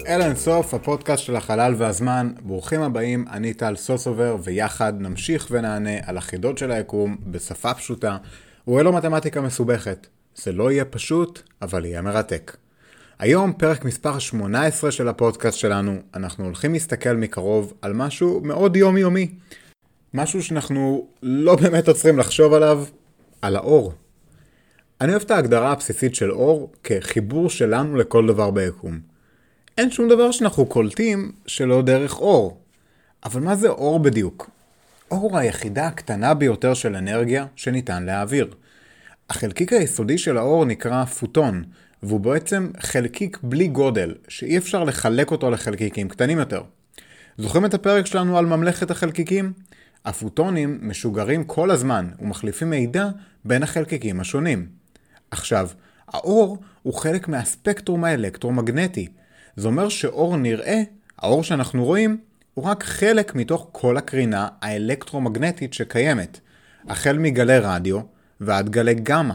אל אינסוף, הפודקאסט של החלל והזמן. ברוכים הבאים, אני טל סוסובר, ויחד נמשיך ונענה על החידות של היקום בשפה פשוטה, ולא מתמטיקה מסובכת. זה לא יהיה פשוט, אבל יהיה מרתק. היום, פרק מספר 18 של הפודקאסט שלנו, אנחנו הולכים להסתכל מקרוב על משהו מאוד יומיומי. משהו שאנחנו לא באמת עוצרים לחשוב עליו, על האור. אני אוהב את ההגדרה הבסיסית של אור כחיבור שלנו לכל דבר ביקום. אין שום דבר שאנחנו קולטים שלא דרך אור. אבל מה זה אור בדיוק? אור הוא היחידה הקטנה ביותר של אנרגיה שניתן להעביר. החלקיק היסודי של האור נקרא פוטון, והוא בעצם חלקיק בלי גודל, שאי אפשר לחלק אותו לחלקיקים קטנים יותר. זוכרים את הפרק שלנו על ממלכת החלקיקים? הפוטונים משוגרים כל הזמן ומחליפים מידע בין החלקיקים השונים. עכשיו, האור הוא חלק מהספקטרום האלקטרומגנטי. זה אומר שאור נראה, האור שאנחנו רואים, הוא רק חלק מתוך כל הקרינה האלקטרומגנטית שקיימת, החל מגלי רדיו ועד גלי גמא.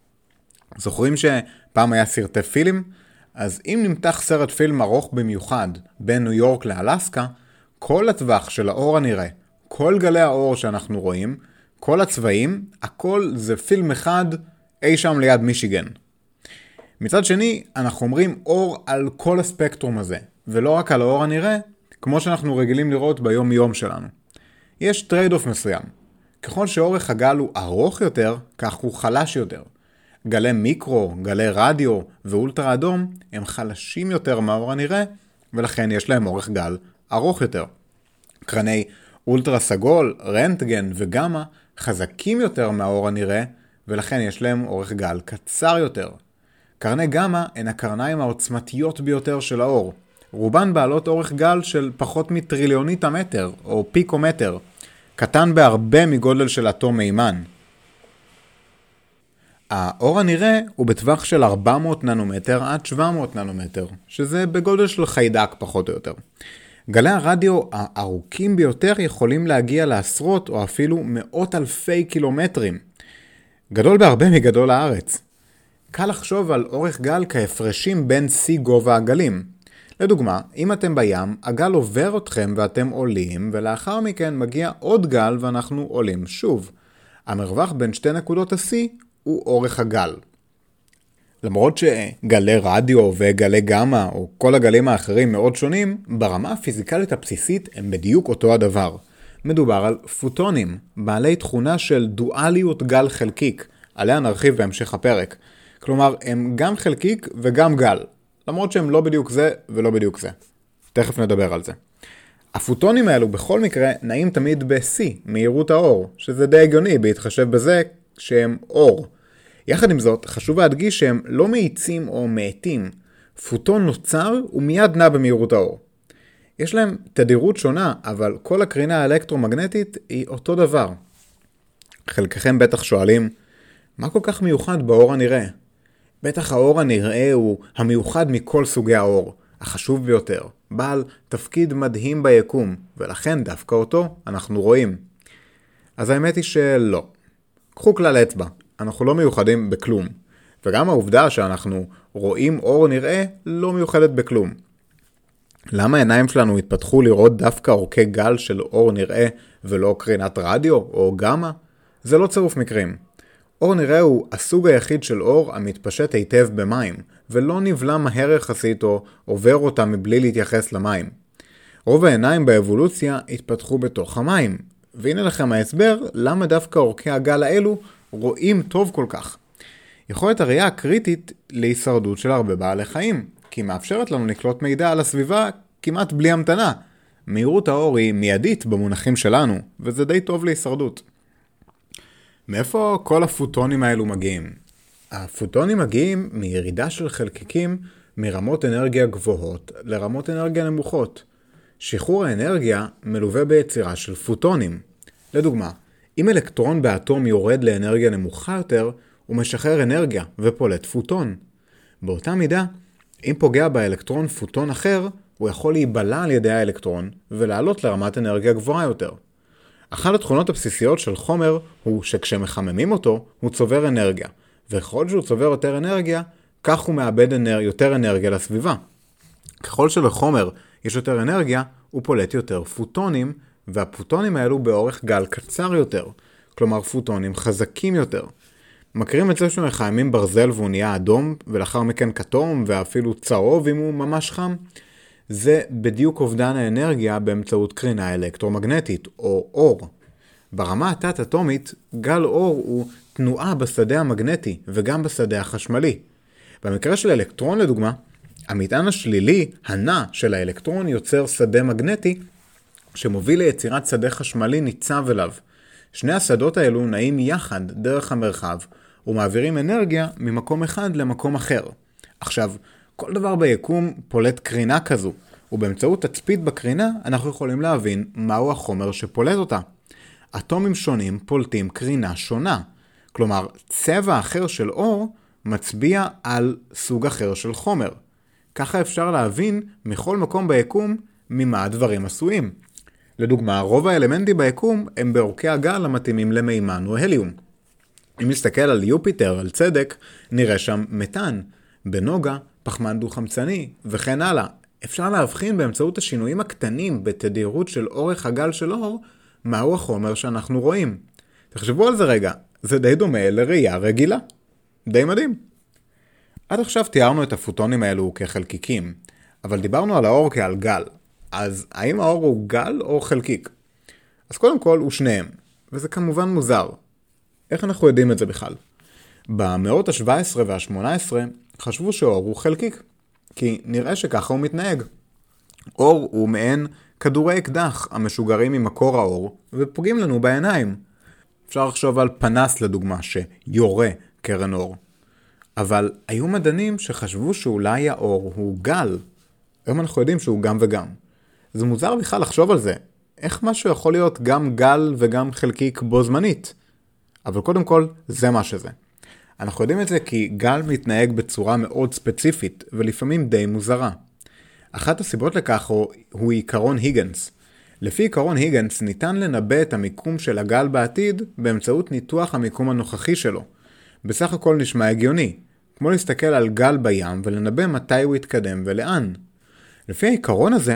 זוכרים שפעם היה סרטי פילם? אז אם נמתח סרט פילם ארוך במיוחד בין ניו יורק לאלסקה, כל הטווח של האור הנראה, כל גלי האור שאנחנו רואים, כל הצבעים, הכל זה פילם אחד אי שם ליד מישיגן. מצד שני, אנחנו אומרים אור על כל הספקטרום הזה, ולא רק על האור הנראה, כמו שאנחנו רגילים לראות ביום יום שלנו. יש טרייד-אוף מסוים. ככל שאורך הגל הוא ארוך יותר, כך הוא חלש יותר. גלי מיקרו, גלי רדיו ואולטרה אדום הם חלשים יותר מהאור הנראה, ולכן יש להם אורך גל ארוך יותר. קרני אולטרה סגול, רנטגן וגמא חזקים יותר מהאור הנראה, ולכן יש להם אורך גל קצר יותר. קרני גמא הן הקרניים העוצמתיות ביותר של האור. רובן בעלות אורך גל של פחות מטריליונית המטר, או פיקומטר, קטן בהרבה מגודל של אטום מימן. האור הנראה הוא בטווח של 400 ננומטר עד 700 ננומטר, שזה בגודל של חיידק פחות או יותר. גלי הרדיו הארוכים ביותר יכולים להגיע לעשרות או אפילו מאות אלפי קילומטרים. גדול בהרבה מגדול הארץ. קל לחשוב על אורך גל כהפרשים בין שיא גובה הגלים. לדוגמה, אם אתם בים, הגל עובר אתכם ואתם עולים, ולאחר מכן מגיע עוד גל ואנחנו עולים שוב. המרווח בין שתי נקודות השיא הוא אורך הגל. למרות שגלי רדיו וגלי גמא או כל הגלים האחרים מאוד שונים, ברמה הפיזיקלית הבסיסית הם בדיוק אותו הדבר. מדובר על פוטונים, בעלי תכונה של דואליות גל חלקיק, עליה נרחיב בהמשך הפרק. כלומר, הם גם חלקיק וגם גל, למרות שהם לא בדיוק זה ולא בדיוק זה. תכף נדבר על זה. הפוטונים האלו בכל מקרה נעים תמיד ב-C, מהירות האור, שזה די הגיוני בהתחשב בזה שהם אור. יחד עם זאת, חשוב להדגיש שהם לא מאיצים או מאטים. פוטון נוצר ומיד נע במהירות האור. יש להם תדירות שונה, אבל כל הקרינה האלקטרומגנטית היא אותו דבר. חלקכם בטח שואלים, מה כל כך מיוחד באור הנראה? בטח האור הנראה הוא המיוחד מכל סוגי האור, החשוב ביותר, בעל תפקיד מדהים ביקום, ולכן דווקא אותו אנחנו רואים. אז האמת היא שלא. קחו כלל אצבע, אנחנו לא מיוחדים בכלום, וגם העובדה שאנחנו רואים אור נראה לא מיוחדת בכלום. למה העיניים שלנו התפתחו לראות דווקא אורכי גל של אור נראה ולא קרינת רדיו או גמא? זה לא צירוף מקרים. אור נראה הוא הסוג היחיד של אור המתפשט היטב במים, ולא נבלע מהר יחסית או עובר אותה מבלי להתייחס למים. רוב העיניים באבולוציה התפתחו בתוך המים, והנה לכם ההסבר למה דווקא אורכי הגל האלו רואים טוב כל כך. יכולת הראייה הקריטית להישרדות של הרבה בעלי חיים, כי היא מאפשרת לנו לקלוט מידע על הסביבה כמעט בלי המתנה. מהירות האור היא מיידית במונחים שלנו, וזה די טוב להישרדות. מאיפה כל הפוטונים האלו מגיעים? הפוטונים מגיעים מירידה של חלקיקים מרמות אנרגיה גבוהות לרמות אנרגיה נמוכות. שחרור האנרגיה מלווה ביצירה של פוטונים. לדוגמה, אם אלקטרון באטום יורד לאנרגיה נמוכה יותר, הוא משחרר אנרגיה ופולט פוטון. באותה מידה, אם פוגע באלקטרון פוטון אחר, הוא יכול להיבלע על ידי האלקטרון ולעלות לרמת אנרגיה גבוהה יותר. אחת התכונות הבסיסיות של חומר הוא שכשמחממים אותו, הוא צובר אנרגיה, וככל שהוא צובר יותר אנרגיה, כך הוא מאבד יותר אנרגיה לסביבה. ככל שלחומר יש יותר אנרגיה, הוא פולט יותר פוטונים, והפוטונים האלו באורך גל קצר יותר, כלומר פוטונים חזקים יותר. מכירים את זה שמחממים ברזל והוא נהיה אדום, ולאחר מכן כתום ואפילו צהוב אם הוא ממש חם? זה בדיוק אובדן האנרגיה באמצעות קרינה אלקטרומגנטית, או אור. ברמה התת-אטומית, גל אור הוא תנועה בשדה המגנטי וגם בשדה החשמלי. במקרה של אלקטרון לדוגמה, המטען השלילי, הנע של האלקטרון, יוצר שדה מגנטי שמוביל ליצירת שדה חשמלי ניצב אליו. שני השדות האלו נעים יחד דרך המרחב ומעבירים אנרגיה ממקום אחד למקום אחר. עכשיו, כל דבר ביקום פולט קרינה כזו, ובאמצעות תצפית בקרינה אנחנו יכולים להבין מהו החומר שפולט אותה. אטומים שונים פולטים קרינה שונה, כלומר צבע אחר של אור מצביע על סוג אחר של חומר. ככה אפשר להבין מכל מקום ביקום ממה הדברים עשויים. לדוגמה, רוב האלמנטים ביקום הם באורכי הגל המתאימים למימן או הליום. אם נסתכל על יופיטר, על צדק, נראה שם מתאן, בנוגה, פחמן דו-חמצני וכן הלאה. אפשר להבחין באמצעות השינויים הקטנים בתדירות של אורך הגל של אור, מהו החומר שאנחנו רואים. תחשבו על זה רגע, זה די דומה לראייה רגילה. די מדהים. עד עכשיו תיארנו את הפוטונים האלו כחלקיקים, אבל דיברנו על האור כעל גל. אז האם האור הוא גל או חלקיק? אז קודם כל הוא שניהם, וזה כמובן מוזר. איך אנחנו יודעים את זה בכלל? במאות ה-17 וה-18 חשבו שאור הוא חלקיק, כי נראה שככה הוא מתנהג. אור הוא מעין כדורי אקדח המשוגרים ממקור האור ופוגעים לנו בעיניים. אפשר לחשוב על פנס לדוגמה שיורה קרן אור. אבל היו מדענים שחשבו שאולי האור הוא גל. היום אנחנו יודעים שהוא גם וגם. זה מוזר בכלל לחשוב על זה. איך משהו יכול להיות גם גל וגם חלקיק בו זמנית? אבל קודם כל, זה מה שזה. אנחנו יודעים את זה כי גל מתנהג בצורה מאוד ספציפית ולפעמים די מוזרה. אחת הסיבות לכך הוא עיקרון היגנס. לפי עיקרון היגנס ניתן לנבא את המיקום של הגל בעתיד באמצעות ניתוח המיקום הנוכחי שלו. בסך הכל נשמע הגיוני, כמו להסתכל על גל בים ולנבא מתי הוא יתקדם ולאן. לפי העיקרון הזה,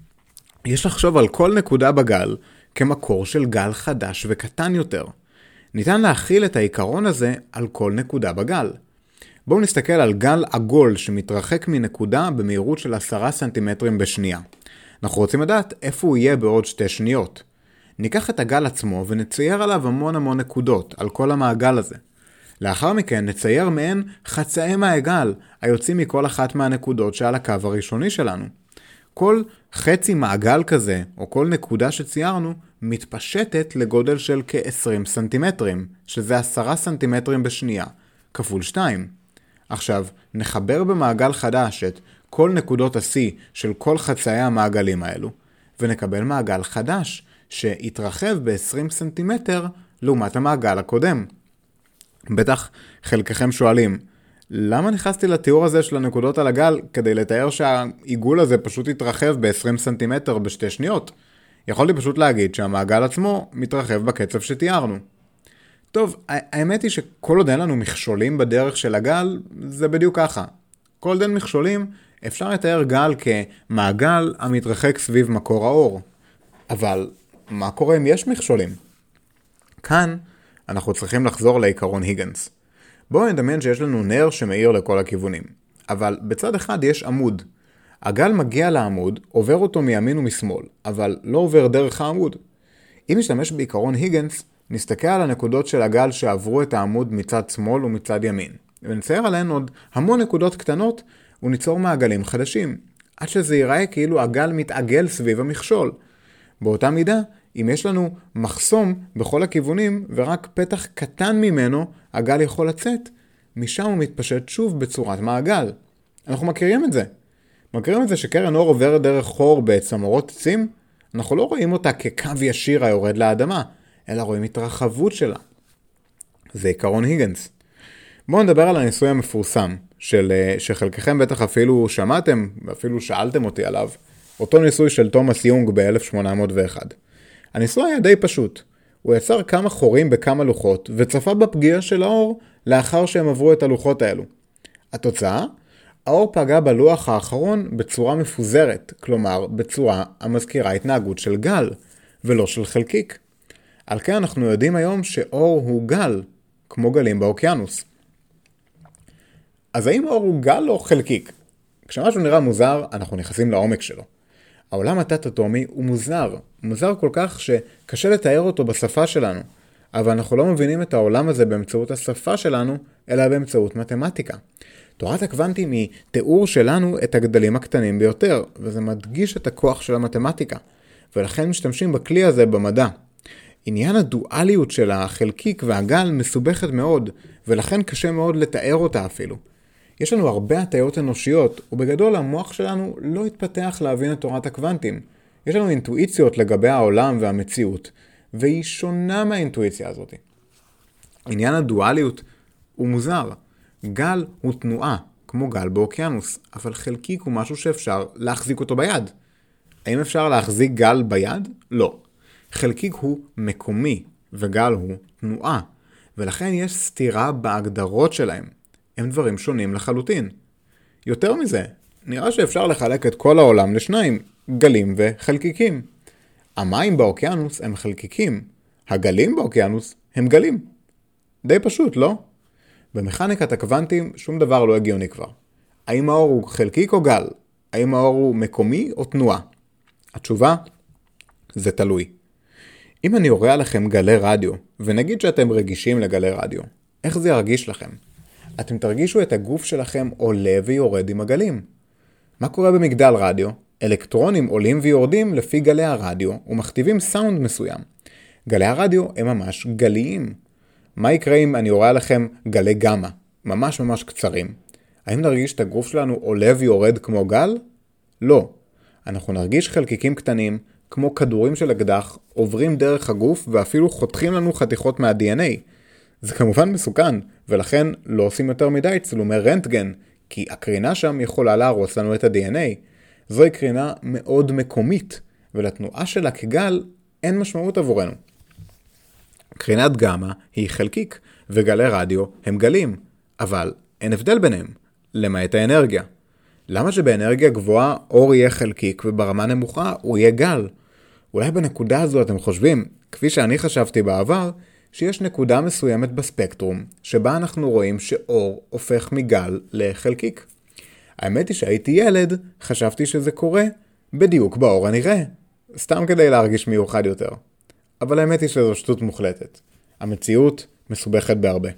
יש לחשוב על כל נקודה בגל כמקור של גל חדש וקטן יותר. ניתן להכיל את העיקרון הזה על כל נקודה בגל. בואו נסתכל על גל עגול שמתרחק מנקודה במהירות של 10 סנטימטרים בשנייה. אנחנו רוצים לדעת איפה הוא יהיה בעוד 2 שניות. ניקח את הגל עצמו ונצייר עליו המון נקודות על כל המעגל הזה. לאחר מכן נצייר מעין חצאי מעגל היוצאים מכל אחת מהנקודות שעל הקו הראשוני שלנו. כל חצי מעגל כזה, או כל נקודה שציירנו, מתפשטת לגודל של כ-20 סנטימטרים, שזה 10 סנטימטרים בשנייה, כפול 2. עכשיו, נחבר במעגל חדש את כל נקודות ה-C של כל חצאי המעגלים האלו, ונקבל מעגל חדש שיתרחב ב-20 סנטימטר לעומת המעגל הקודם. בטח חלקכם שואלים, למה נכנסתי לתיאור הזה של הנקודות על הגל כדי לתאר שהעיגול הזה פשוט יתרחב ב-20 סנטימטר ב2 שניות? יכולתי פשוט להגיד שהמעגל עצמו מתרחב בקצב שתיארנו. טוב, האמת היא שכל עוד אין לנו מכשולים בדרך של הגל, זה בדיוק ככה. כל עוד אין מכשולים, אפשר לתאר גל כמעגל המתרחק סביב מקור האור. אבל מה קורה אם יש מכשולים? כאן אנחנו צריכים לחזור לעיקרון היגנס. בואו נדמיין שיש לנו נר שמאיר לכל הכיוונים. אבל בצד אחד יש עמוד. הגל מגיע לעמוד, עובר אותו מימין ומשמאל, אבל לא עובר דרך העמוד. אם נשתמש בעיקרון היגנס, נסתכל על הנקודות של הגל שעברו את העמוד מצד שמאל ומצד ימין. ונצייר עליהן עוד המון נקודות קטנות וניצור מעגלים חדשים, עד שזה ייראה כאילו הגל מתעגל סביב המכשול. באותה מידה, אם יש לנו מחסום בכל הכיוונים ורק פתח קטן ממנו הגל יכול לצאת, משם הוא מתפשט שוב בצורת מעגל. אנחנו מכירים את זה. מכירים את זה שקרן אור עוברת דרך חור בצמרות עצים? אנחנו לא רואים אותה כקו ישיר היורד לאדמה, אלא רואים התרחבות שלה. זה עיקרון היגנס. בואו נדבר על הניסוי המפורסם, שחלקכם בטח אפילו שמעתם ואפילו שאלתם אותי עליו. אותו ניסוי של תומאס יונג ב-1801. הניסוי היה די פשוט. הוא יצר כמה חורים בכמה לוחות וצפה בפגיעה של האור לאחר שהם עברו את הלוחות האלו. התוצאה? האור פגע בלוח האחרון בצורה מפוזרת, כלומר בצורה המזכירה התנהגות של גל, ולא של חלקיק. על כן אנחנו יודעים היום שאור הוא גל, כמו גלים באוקיינוס. אז האם אור הוא גל או חלקיק? כשמשהו נראה מוזר, אנחנו נכנסים לעומק שלו. העולם התת-אטומי הוא מוזר כל כך שקשה לתאר אותו בשפה שלנו, אבל אנחנו לא מבינים את העולם הזה באמצעות השפה שלנו, אלא באמצעות מתמטיקה. תורת הקוונטים היא תיאור שלנו את הגדלים הקטנים ביותר, וזה מדגיש את הכוח של המתמטיקה, ולכן משתמשים בכלי הזה במדע. עניין הדואליות של החלקיק והגל מסובכת מאוד, ולכן קשה מאוד לתאר אותה אפילו. יש לנו הרבה הטיות אנושיות, ובגדול המוח שלנו לא התפתח להבין את תורת הקוונטים. יש לנו אינטואיציות לגבי העולם והמציאות, והיא שונה מהאינטואיציה הזאת. עניין הדואליות הוא מוזר. גל הוא תנועה, כמו גל באוקיינוס, אבל חלקיק הוא משהו שאפשר להחזיק אותו ביד. האם אפשר להחזיק גל ביד? לא. חלקיק הוא מקומי, וגל הוא תנועה, ולכן יש סתירה בהגדרות שלהם. הם דברים שונים לחלוטין. יותר מזה, נראה שאפשר לחלק את כל העולם לשניים, גלים וחלקיקים. המים באוקיינוס הם חלקיקים, הגלים באוקיינוס הם גלים. די פשוט, לא? במכניקת הקוונטים שום דבר לא הגיוני כבר. האם האור הוא חלקיק או גל? האם האור הוא מקומי או תנועה? התשובה, זה תלוי. אם אני אורא עליכם גלי רדיו, ונגיד שאתם רגישים לגלי רדיו, איך זה ירגיש לכם? אתם תרגישו את הגוף שלכם עולה ויורד עם הגלים. מה קורה במגדל רדיו? אלקטרונים עולים ויורדים לפי גלי הרדיו ומכתיבים סאונד מסוים. גלי הרדיו הם ממש גליים. מה יקרה אם אני אורא עליכם גלי גמא? ממש קצרים. האם נרגיש את הגוף שלנו עולה ויורד כמו גל? לא. אנחנו נרגיש חלקיקים קטנים, כמו כדורים של אקדח, עוברים דרך הגוף ואפילו חותכים לנו חתיכות מה-DNA. זה כמובן מסוכן, ולכן לא עושים יותר מדי צילומי רנטגן, כי הקרינה שם יכולה להרוס לנו את ה-DNA. זוהי קרינה מאוד מקומית, ולתנועה שלה כגל אין משמעות עבורנו. קרינת גמא היא חלקיק, וגלי רדיו הם גלים, אבל אין הבדל ביניהם, למעט האנרגיה. למה שבאנרגיה גבוהה אור יהיה חלקיק וברמה נמוכה הוא יהיה גל? אולי בנקודה הזו אתם חושבים, כפי שאני חשבתי בעבר, שיש נקודה מסוימת בספקטרום שבה אנחנו רואים שאור הופך מגל לחלקיק. האמת היא שהייתי ילד, חשבתי שזה קורה בדיוק באור הנראה, סתם כדי להרגיש מיוחד יותר. אבל האמת היא שזו שטות מוחלטת. המציאות מסובכת בהרבה.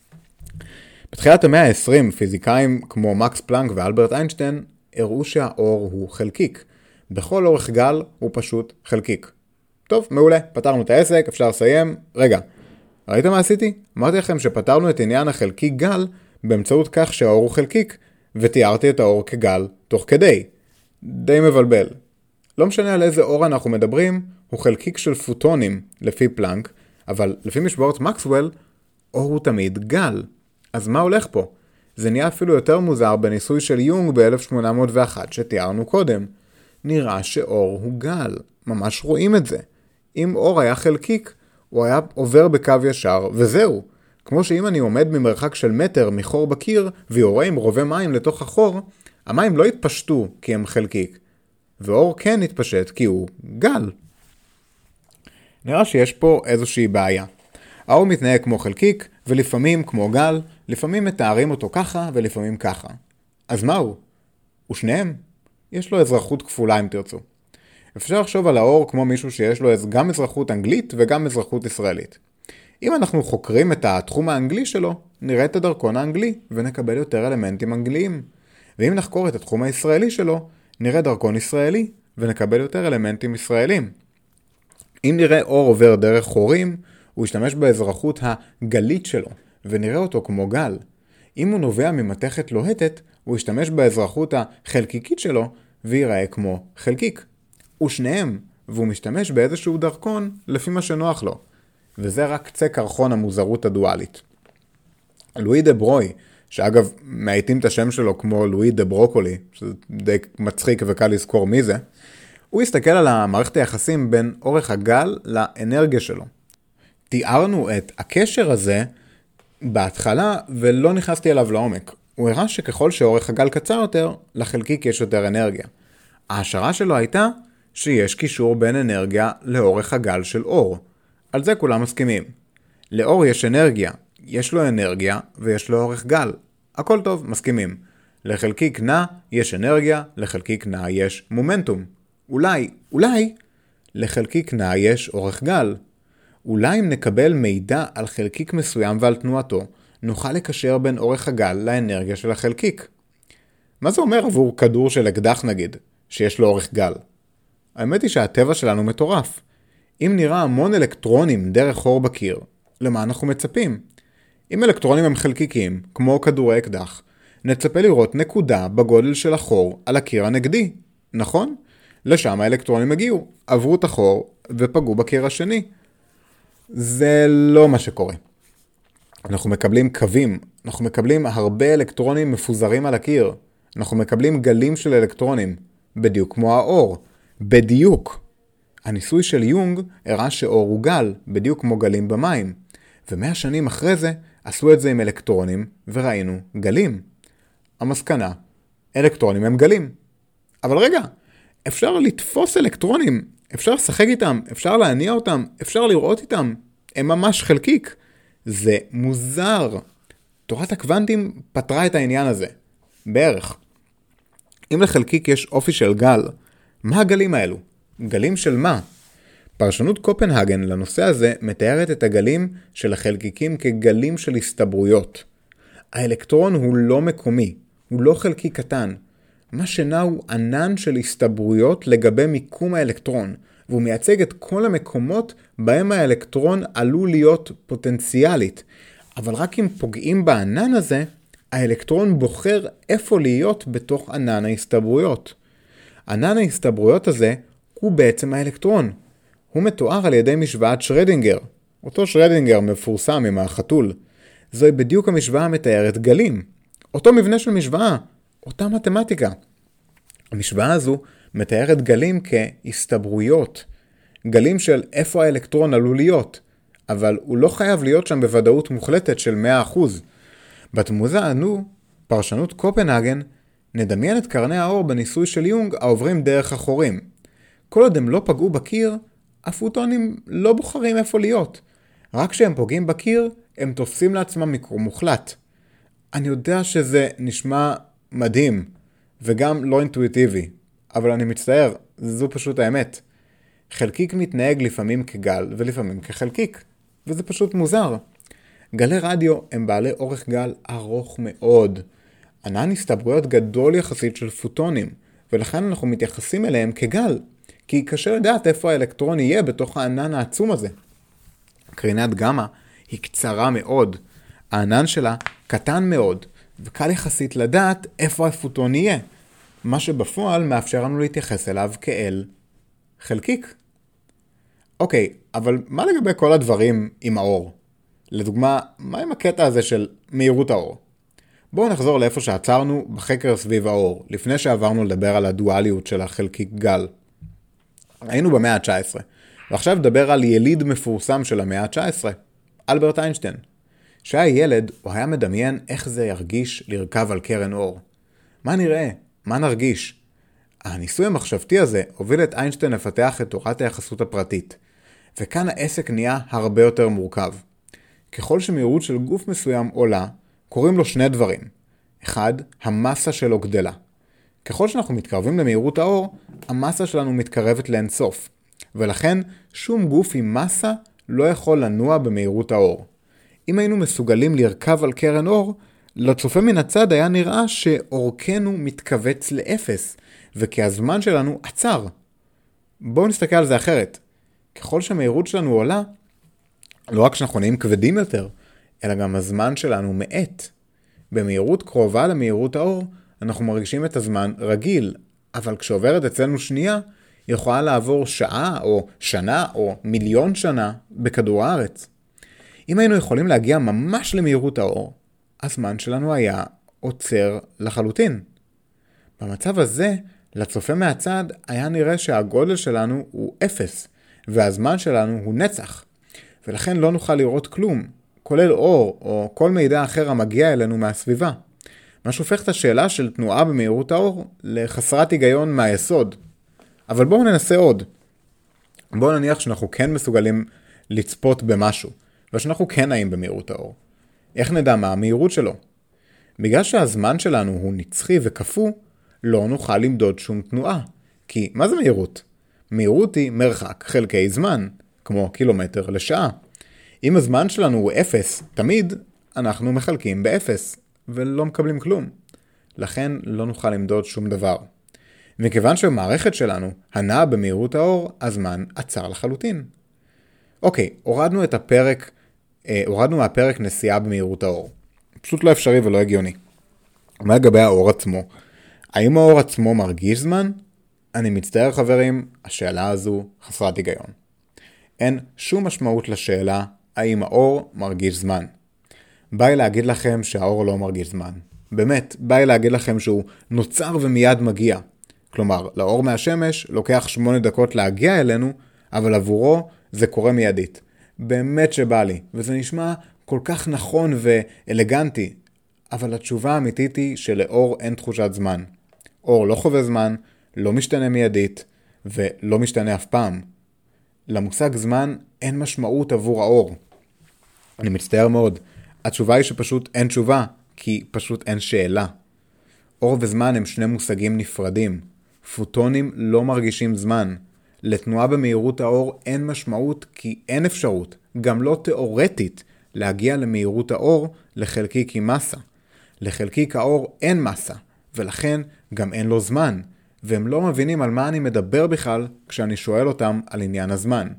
בתחילת המאה ה-20 פיזיקאים כמו מקס פלנק ואלברט איינשטיין הראו שהאור הוא חלקיק. בכל אורך גל הוא פשוט חלקיק. טוב, מעולה, פתרנו את העסק, אפשר לסיים. רגע, ראיתם מה עשיתי? אמרתי לכם שפתרנו את עניין החלקיק גל באמצעות כך שהאור הוא חלקיק, ותיארתי את האור כגל תוך כדי. די מבלבל. לא משנה על איזה אור אנחנו מדברים, הוא חלקיק של פוטונים לפי פלנק, אבל לפי משוואות מקסוול, אור הוא תמיד גל. אז מה הולך פה? זה נהיה אפילו יותר מוזר בניסוי של יונג ב-1801 שתיארנו קודם. נראה שאור הוא גל. ממש רואים את זה. אם אור היה חלקיק, הוא היה עובר בקו ישר, וזהו. כמו שאם אני עומד ממרחק של מטר מחור בקיר, ויורה עם רובה מים לתוך החור, המים לא יתפשטו כי הם חלקיק. ואור כן יתפשט כי הוא גל. נראה שיש פה איזושהי בעיה. האור מתנהג כמו חלקיק, ולפעמים כמו גל, לפעמים מתארים אותו ככה ולפעמים ככה. אז מה הוא? ושניהם? יש לו אזרחות כפולה אם תרצו. אפשר לחשוב על האור כמו מישהו שיש לו גם אזרחות אנגלית וגם אזרחות ישראלית. אם אנחנו חוקרים את התחום האנגלי שלו, נראה את הדרכון האנגלי ונקבל יותר אלמנטים אנגליים. ואם נחקור את התחום הישראלי שלו, נראה דרכון ישראלי ונקבל יותר אלמנטים ישראלים. אם נראה אור עובר דרך חורים, הוא ישתמש באזרחות הגלית שלו ונראה אותו כמו גל. אם הוא נובע ממתכת לוהטת, הוא ישתמש באזרחות החלקיקית שלו ויראה כמו חלקיק. ושניהם, והוא משתמש באיזשהו דרכון לפי מה שנוח לו. וזה רק קצה קרחון המוזרות הדואלית. לואי דה ברוי, שאגב מעיתים את השם שלו כמו לואי דה ברוקולי, שזה די מצחיק וקל לזכור מי זה, הוא הסתכל על המערכת היחסים בין אורך הגל לאנרגיה שלו. תיארנו את הקשר הזה בהתחלה ולא נכנסתי אליו לעומק. הוא הראה שככל שאורך הגל קצר יותר, לחלקיק יש יותר אנרגיה. ההשערה שלו הייתה שיש קישור בין אנרגיה לאורך הגל של אור. על זה כולם מסכימים. לאור יש אנרגיה, יש לו אנרגיה ויש לו אורך גל. הכל טוב, מסכימים. לחלקיק נע יש אנרגיה, לחלקיק נע יש מומנטום. אולי, לחלקיק נע יש אורך גל. אולי אם נקבל מידע על חלקיק מסוים ועל תנועתו, נוכל לקשר בין אורך הגל לאנרגיה של החלקיק. מה זה אומר עבור כדור של אקדח נגיד, שיש לו אורך גל? האמת היא שהטבע שלנו מטורף. אם נראה המון אלקטרונים דרך חור בקיר, למה אנחנו מצפים? אם אלקטרונים הם חלקיקים, כמו כדורי אקדח, נצפה לראות נקודה בגודל של החור על הקיר הנגדי, נכון? לשם האלקטרונים הגיעו, עברו את החור ופגעו בקיר השני. זה לא מה שקורה. אנחנו מקבלים קווים, אנחנו מקבלים הרבה אלקטרונים מפוזרים על הקיר, אנחנו מקבלים גלים של אלקטרונים, בדיוק כמו האור, בדיוק. הניסוי של יונג הראה שאור הוא גל, בדיוק כמו גלים במים, ו100 שנים אחרי זה עשו את זה עם אלקטרונים וראינו גלים. המסקנה, אלקטרונים הם גלים. אבל רגע, אפשר לתפוס אלקטרונים, אפשר לשחק איתם, אפשר להניע אותם, אפשר לראות איתם, הם ממש חלקיק. זה מוזר. תורת הקוונטים פתרה את העניין הזה. בערך. אם לחלקיק יש אופי של גל, מה הגלים האלו? גלים של מה? פרשנות קופנהגן לנושא הזה מתארת את הגלים של החלקיקים כגלים של הסתברויות. האלקטרון הוא לא מקומי, הוא לא חלקיק קטן. מה שנע הוא ענן של הסתברויות לגבי מיקום האלקטרון, והוא מייצג את כל המקומות בהם האלקטרון עלול להיות פוטנציאלית. אבל רק אם פוגעים בענן הזה, האלקטרון בוחר איפה להיות בתוך ענן ההסתברויות. ענן ההסתברויות הזה הוא בעצם האלקטרון. הוא מתואר על ידי משוואת שרדינגר. אותו שרדינגר מפורסם עם החתול. זוהי בדיוק המשוואה המתארת גלים. אותו מבנה של משוואה, אותה מתמטיקה. המשוואה הזו מתארת גלים כהסתברויות. גלים של איפה האלקטרון עלול להיות, אבל הוא לא חייב להיות שם בוודאות מוחלטת של 100%. בתמוזה אנו, פרשנות קופנהגן, נדמיין את קרני האור בניסוי של יונג העוברים דרך החורים. כל עוד הם לא פגעו בקיר, הפוטונים לא בוחרים איפה להיות. רק כשהם פוגעים בקיר, הם תופסים לעצמם מיקום מוחלט. אני יודע שזה נשמע מדהים, וגם לא אינטואיטיבי, אבל אני מצטער, זו פשוט האמת. חלקיק מתנהג לפעמים כגל ולפעמים כחלקיק, וזה פשוט מוזר. גלי רדיו הם בעלי אורך גל ארוך מאוד. ענן הסתברויות גדול יחסית של פוטונים, ולכן אנחנו מתייחסים אליהם כגל, כי קשה לדעת איפה האלקטרון יהיה בתוך הענן העצום הזה. קרינת גמא היא קצרה מאוד, הענן שלה קטן מאוד, וקל יחסית לדעת איפה הפוטון יהיה, מה שבפועל מאפשר לנו להתייחס אליו כאל חלקיק. אוקיי, אבל מה לגבי כל הדברים עם האור? לדוגמה, מה עם הקטע הזה של מהירות האור? בואו נחזור לאיפה שעצרנו בחקר סביב האור, לפני שעברנו לדבר על הדואליות של החלקיק גל. היינו במאה ה-19, ועכשיו נדבר על יליד מפורסם של המאה ה-19, אלברט איינשטיין. שהיה ילד, הוא היה מדמיין איך זה ירגיש לרכב על קרן אור. מה נראה? מה נרגיש? הניסוי המחשבתי הזה הוביל את איינשטיין לפתח את תורת היחסות הפרטית, וכאן העסק נהיה הרבה יותר מורכב. ככל שמהירות של גוף מסוים עולה, קוראים לו שני דברים. אחד, המסה שלו גדלה. ככל שאנחנו מתקרבים למהירות האור, המסה שלנו מתקרבת לאינסוף, ולכן שום גוף עם מסה לא יכול לנוע במהירות האור. אם היינו מסוגלים לרכב על קרן אור, לצופה מן הצד היה נראה שאורכנו מתכווץ לאפס, וכי הזמן שלנו עצר. בואו נסתכל על זה אחרת. ככל שהמהירות שלנו עולה, לא רק שאנחנו נהיים כבדים יותר, אלא גם הזמן שלנו מעט. במהירות קרובה למהירות האור, אנחנו מרגישים את הזמן רגיל, אבל כשעוברת אצלנו שנייה, יכולה לעבור שעה או שנה או מיליון שנה בכדור הארץ. אם היינו יכולים להגיע ממש למהירות האור, הזמן שלנו היה עוצר לחלוטין. במצב הזה, לצופה מהצד היה נראה שהגודל שלנו הוא אפס, והזמן שלנו הוא נצח, ולכן לא נוכל לראות כלום, כולל אור או כל מידע אחר המגיע אלינו מהסביבה. מה שהופך את השאלה של תנועה במהירות האור לחסרת היגיון מהיסוד. אבל בואו ננסה עוד. בואו נניח שאנחנו כן מסוגלים לצפות במשהו, ושאנחנו כן נעים במהירות האור. איך נדע מה המהירות שלו? בגלל שהזמן שלנו הוא נצחי וקפוא, לא נוכל למדוד שום תנועה. כי מה זה מהירות? מהירות היא מרחק חלקי זמן, כמו קילומטר לשעה. אם הזמן שלנו הוא 0, תמיד אנחנו מחלקים ב-0, ולא מקבלים כלום. לכן לא נוכל למדוד שום דבר. מכיוון שהמערכת שלנו הנעה במהירות האור, הזמן עצר לחלוטין. אוקיי, הורדנו מהפרק נסיעה במהירות האור. פשוט לא אפשרי ולא הגיוני. מה לגבי האור עצמו? האם האור עצמו מרגיש זמן? אני מצטער חברים, השאלה הזו חסרת היגיון. אין שום משמעות לשאלה האם האור מרגיש זמן. באי להגיד לכם שהאור לא מרגיש זמן. באמת, באי להגיד לכם שהוא נוצר ומיד מגיע. כלומר, לאור מהשמש לוקח 8 דקות להגיע אלינו, אבל עבורו זה קורה מיידית. באמת שבא לי, וזה נשמע כל כך נכון ואלגנטי, אבל התשובה האמיתית היא שלאור אין תחושת זמן. אור לא חווה זמן, לא משתנה מיידית, ולא משתנה אף פעם. למושג זמן אין משמעות עבור האור. אני מצטער מאוד. התשובה היא שפשוט אין תשובה, כי פשוט אין שאלה. אור וזמן הם שני מושגים נפרדים. פוטונים לא מרגישים זמן. לתנועה במהירות האור אין משמעות כי אין אפשרות, גם לא תיאורטית, להגיע למהירות האור לחלקיק עם מסה. לחלקיק האור אין מסה, ולכן גם אין לו זמן, והם לא מבינים על מה אני מדבר בכלל כשאני שואל אותם על עניין הזמן.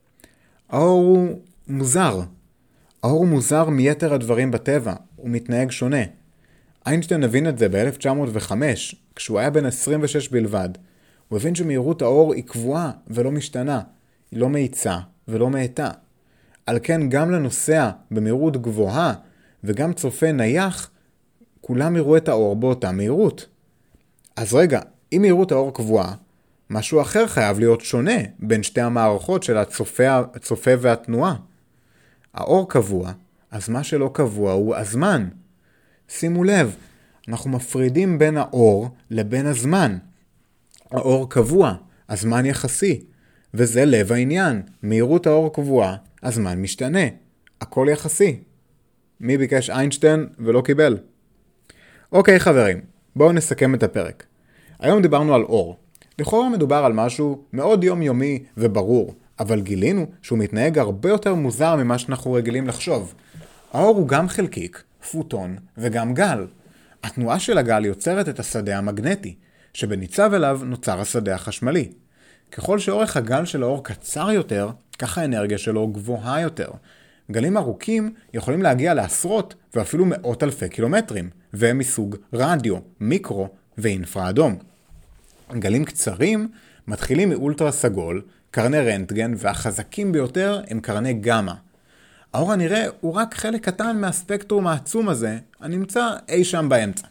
האור הוא מוזר. האור הוא מוזר מיתר הדברים בטבע, הוא מתנהג שונה. איינשטיין הבין את זה ב-1905, כשהוא היה בן 26 בלבד. הוא הבין שמהירות האור היא קבועה ולא משתנה, היא לא מאיצה ולא מאטה. על כן גם לנוסע במהירות גבוהה וגם צופה נייח, כולם יראו את האור באותה מהירות. אז רגע, אם מהירות האור קבועה, משהו אחר חייב להיות שונה בין שתי המערכות של הצופה והתנועה. האור קבוע, אז מה שלא קבוע הוא הזמן. שימו לב, אנחנו מפרידים בין האור לבין הזמן. האור קבוע, הזמן יחסי, וזה לב העניין. מהירות האור קבועה, הזמן משתנה. הכל יחסי. מי ביקש איינשטיין ולא קיבל? אוקיי חברים, בואו נסכם את הפרק. היום דיברנו על אור. לכאורה מדובר על משהו מאוד יומיומי וברור, אבל גילינו שהוא מתנהג הרבה יותר מוזר ממה שאנחנו רגילים לחשוב. האור הוא גם חלקיק, פוטון וגם גל. התנועה של הגל יוצרת את השדה המגנטי, שבניצב אליו נוצר השדה החשמלי. ככל שאורך הגל של האור קצר יותר, כך האנרגיה שלו גבוהה יותר. גלים ארוכים יכולים להגיע לעשרות ואפילו מאות אלפי קילומטרים, והם מסוג רדיו, מיקרו ואינפרה אדום. גלים קצרים מתחילים מאולטרה סגול, קרני רנטגן, והחזקים ביותר הם קרני גמא. האור הנראה הוא רק חלק קטן מהספקטרום העצום הזה, הנמצא אי שם באמצע.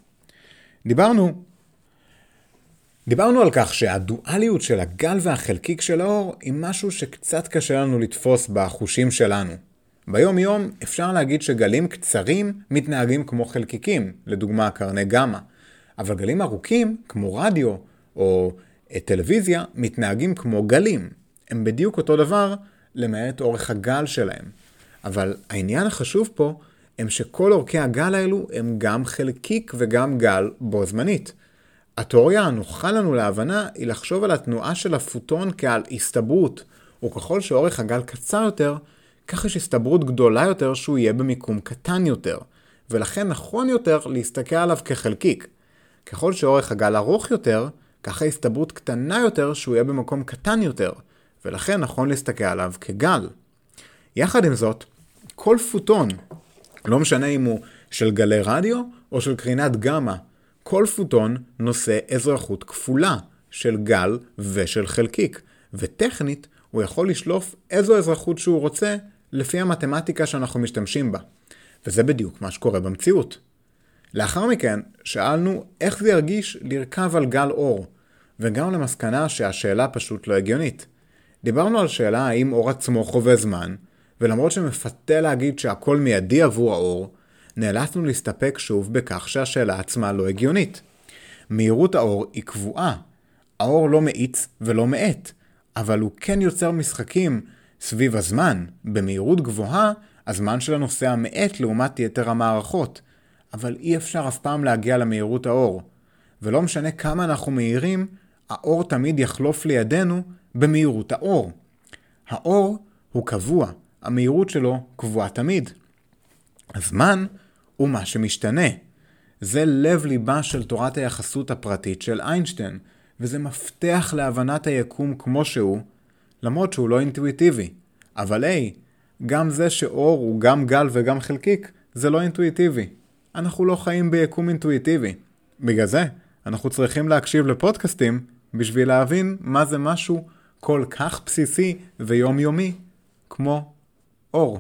דיברנו על כך שהדואליות של הגל והחלקיק של האור היא משהו שקצת קשה לנו לתפוס בחושים שלנו. ביום יום אפשר להגיד שגלים קצרים מתנהגים כמו חלקיקים, לדוגמה קרני גמא, אבל גלים ארוכים כמו רדיו או טלוויזיה מתנהגים כמו גלים. הם בדיוק אותו דבר למעט אורך הגל שלהם. אבל העניין החשוב פה הם שכל אורכי הגל האלו הם גם חלקיק וגם גל בו זמנית. התיאוריה הנוחה לנו להבנה היא לחשוב על התנועה של הפוטון כעל הסתברות, וככל שאורך הגל קצר יותר, כך יש הסתברות גדולה יותר שהוא יהיה במיקום קטן יותר, ולכן נכון יותר להסתכל עליו כחלקיק. ככל שאורך הגל ארוך יותר, כך ההסתברות קטנה יותר שהוא יהיה במקום קטן יותר, ולכן נכון להסתכל עליו כגל. יחד עם זאת, כל פוטון, לא משנה אם הוא של גלי רדיו או של קרינת גמא, כל פוטון נושא אזרחות כפולה של גל ושל חלקיק, וטכנית הוא יכול לשלוף איזו אזרחות שהוא רוצה לפי המתמטיקה שאנחנו משתמשים בה. וזה בדיוק מה שקורה במציאות. לאחר מכן שאלנו איך זה ירגיש לרכב על גל אור, וגם למסקנה שהשאלה פשוט לא הגיונית. דיברנו על שאלה האם אור עצמו חווה זמן, ולמרות שמפתה להגיד שהכל מיידי עבור האור, נאלצנו להסתפק שוב בכך שהשאלה עצמה לא הגיונית. מהירות האור היא קבועה. האור לא מאיץ ולא מאט, אבל הוא כן יוצר משחקים סביב הזמן. במהירות גבוהה, הזמן של הנוסע מאט לעומת יתר המערכות, אבל אי אפשר אף פעם להגיע למהירות האור. ולא משנה כמה אנחנו מהירים, האור תמיד יחלוף לידינו במהירות האור. האור הוא קבוע, המהירות שלו קבועה תמיד. הזמן הוא מה שמשתנה. זה לב ליבה של תורת היחסות הפרטית של איינשטיין, וזה מפתח להבנת היקום כמו שהוא, למרות שהוא לא אינטואיטיבי. אבל גם זה שאור הוא גם גל וגם חלקיק, זה לא אינטואיטיבי. אנחנו לא חיים ביקום אינטואיטיבי. בגלל זה, אנחנו צריכים להקשיב לפודקאסטים בשביל להבין מה זה משהו כל כך בסיסי ויומיומי כמו אור.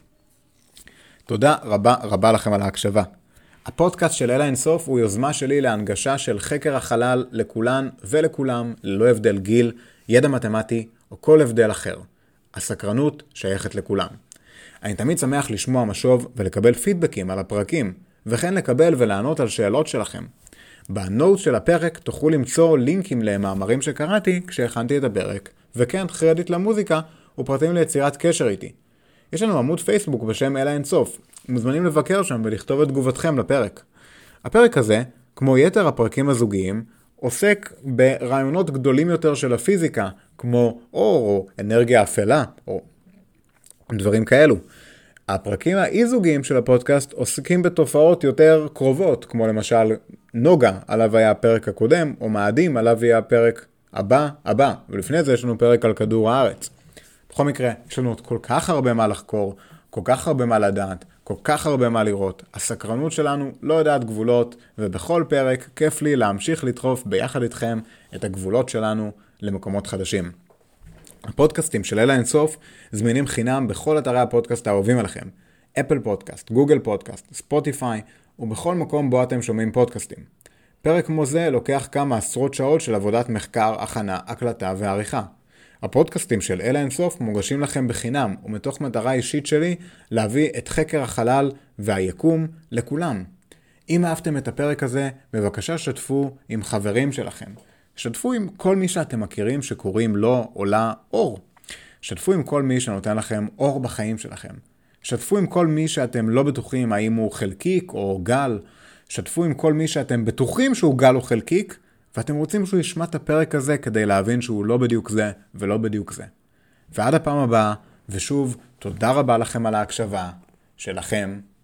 תודה רבה לכם על ההקשבה. הפודקאסט של אלה אינסוף הוא יוזמה שלי להנגשה של חקר החלל לכולן ולכולם, ללא הבדל גיל, ידע מתמטי או כל הבדל אחר. הסקרנות שייכת לכולם. אני תמיד שמח לשמוע משוב ולקבל פידבקים על הפרקים, וכן לקבל ולענות על שאלות שלכם. בנוט של הפרק תוכלו למצוא לינקים למאמרים שקראתי כשהכנתי את הפרק, וכן קרדיט למוזיקה ופרטים ליצירת קשר איתי. יש לנו עמוד פייסבוק בשם אלה אינסוף, מוזמנים לבקר שם ולכתוב את תגובתכם לפרק. הפרק הזה, כמו יתר הפרקים הזוגיים, עוסק ברעיונות גדולים יותר של הפיזיקה, כמו אור או אנרגיה אפלה, או דברים כאלו. הפרקים האי-זוגיים של הפודקאסט עוסקים בתופעות יותר קרובות, כמו למשל נוגה, עליו היה הפרק הקודם, או מאדים, עליו היה הפרק הבא, ולפני זה יש לנו פרק על כדור הארץ. בכל מקרה, יש לנו עוד כל כך הרבה מה לחקור, כל כך הרבה מה לדעת, כל כך הרבה מה לראות. הסקרנות שלנו לא יודעת גבולות, ובכל פרק כיף לי להמשיך לדחוף ביחד איתכם את הגבולות שלנו למקומות חדשים. הפודקאסטים של אלה אינסוף זמינים חינם בכל אתרי הפודקאסט האהובים עליכם. אפל פודקאסט, גוגל פודקאסט, ספוטיפיי, ובכל מקום בו אתם שומעים פודקאסטים. פרק כמו זה לוקח כמה עשרות שעות של עבודת מחקר, הכנה, הקלטה ועריכה. הפודקאסטים של אלה אינסוף מוגשים לכם בחינם, ומתוך מטרה אישית שלי להביא את חקר החלל והיקום לכולם. אם אהבתם את הפרק הזה, בבקשה שתפו עם חברים שלכם. שתפו עם כל מי שאתם מכירים שקוראים לו או לה אור. שתפו עם כל מי שנותן לכם אור בחיים שלכם. שתפו עם כל מי שאתם לא בטוחים האם הוא חלקיק או גל. שתפו עם כל מי שאתם בטוחים שהוא גל או חלקיק, ואתם רוצים שהוא ישמע את הפרק הזה כדי להבין שהוא לא בדיוק זה ולא בדיוק זה. ועד הפעם הבאה, ושוב, תודה רבה לכם על ההקשבה שלכם.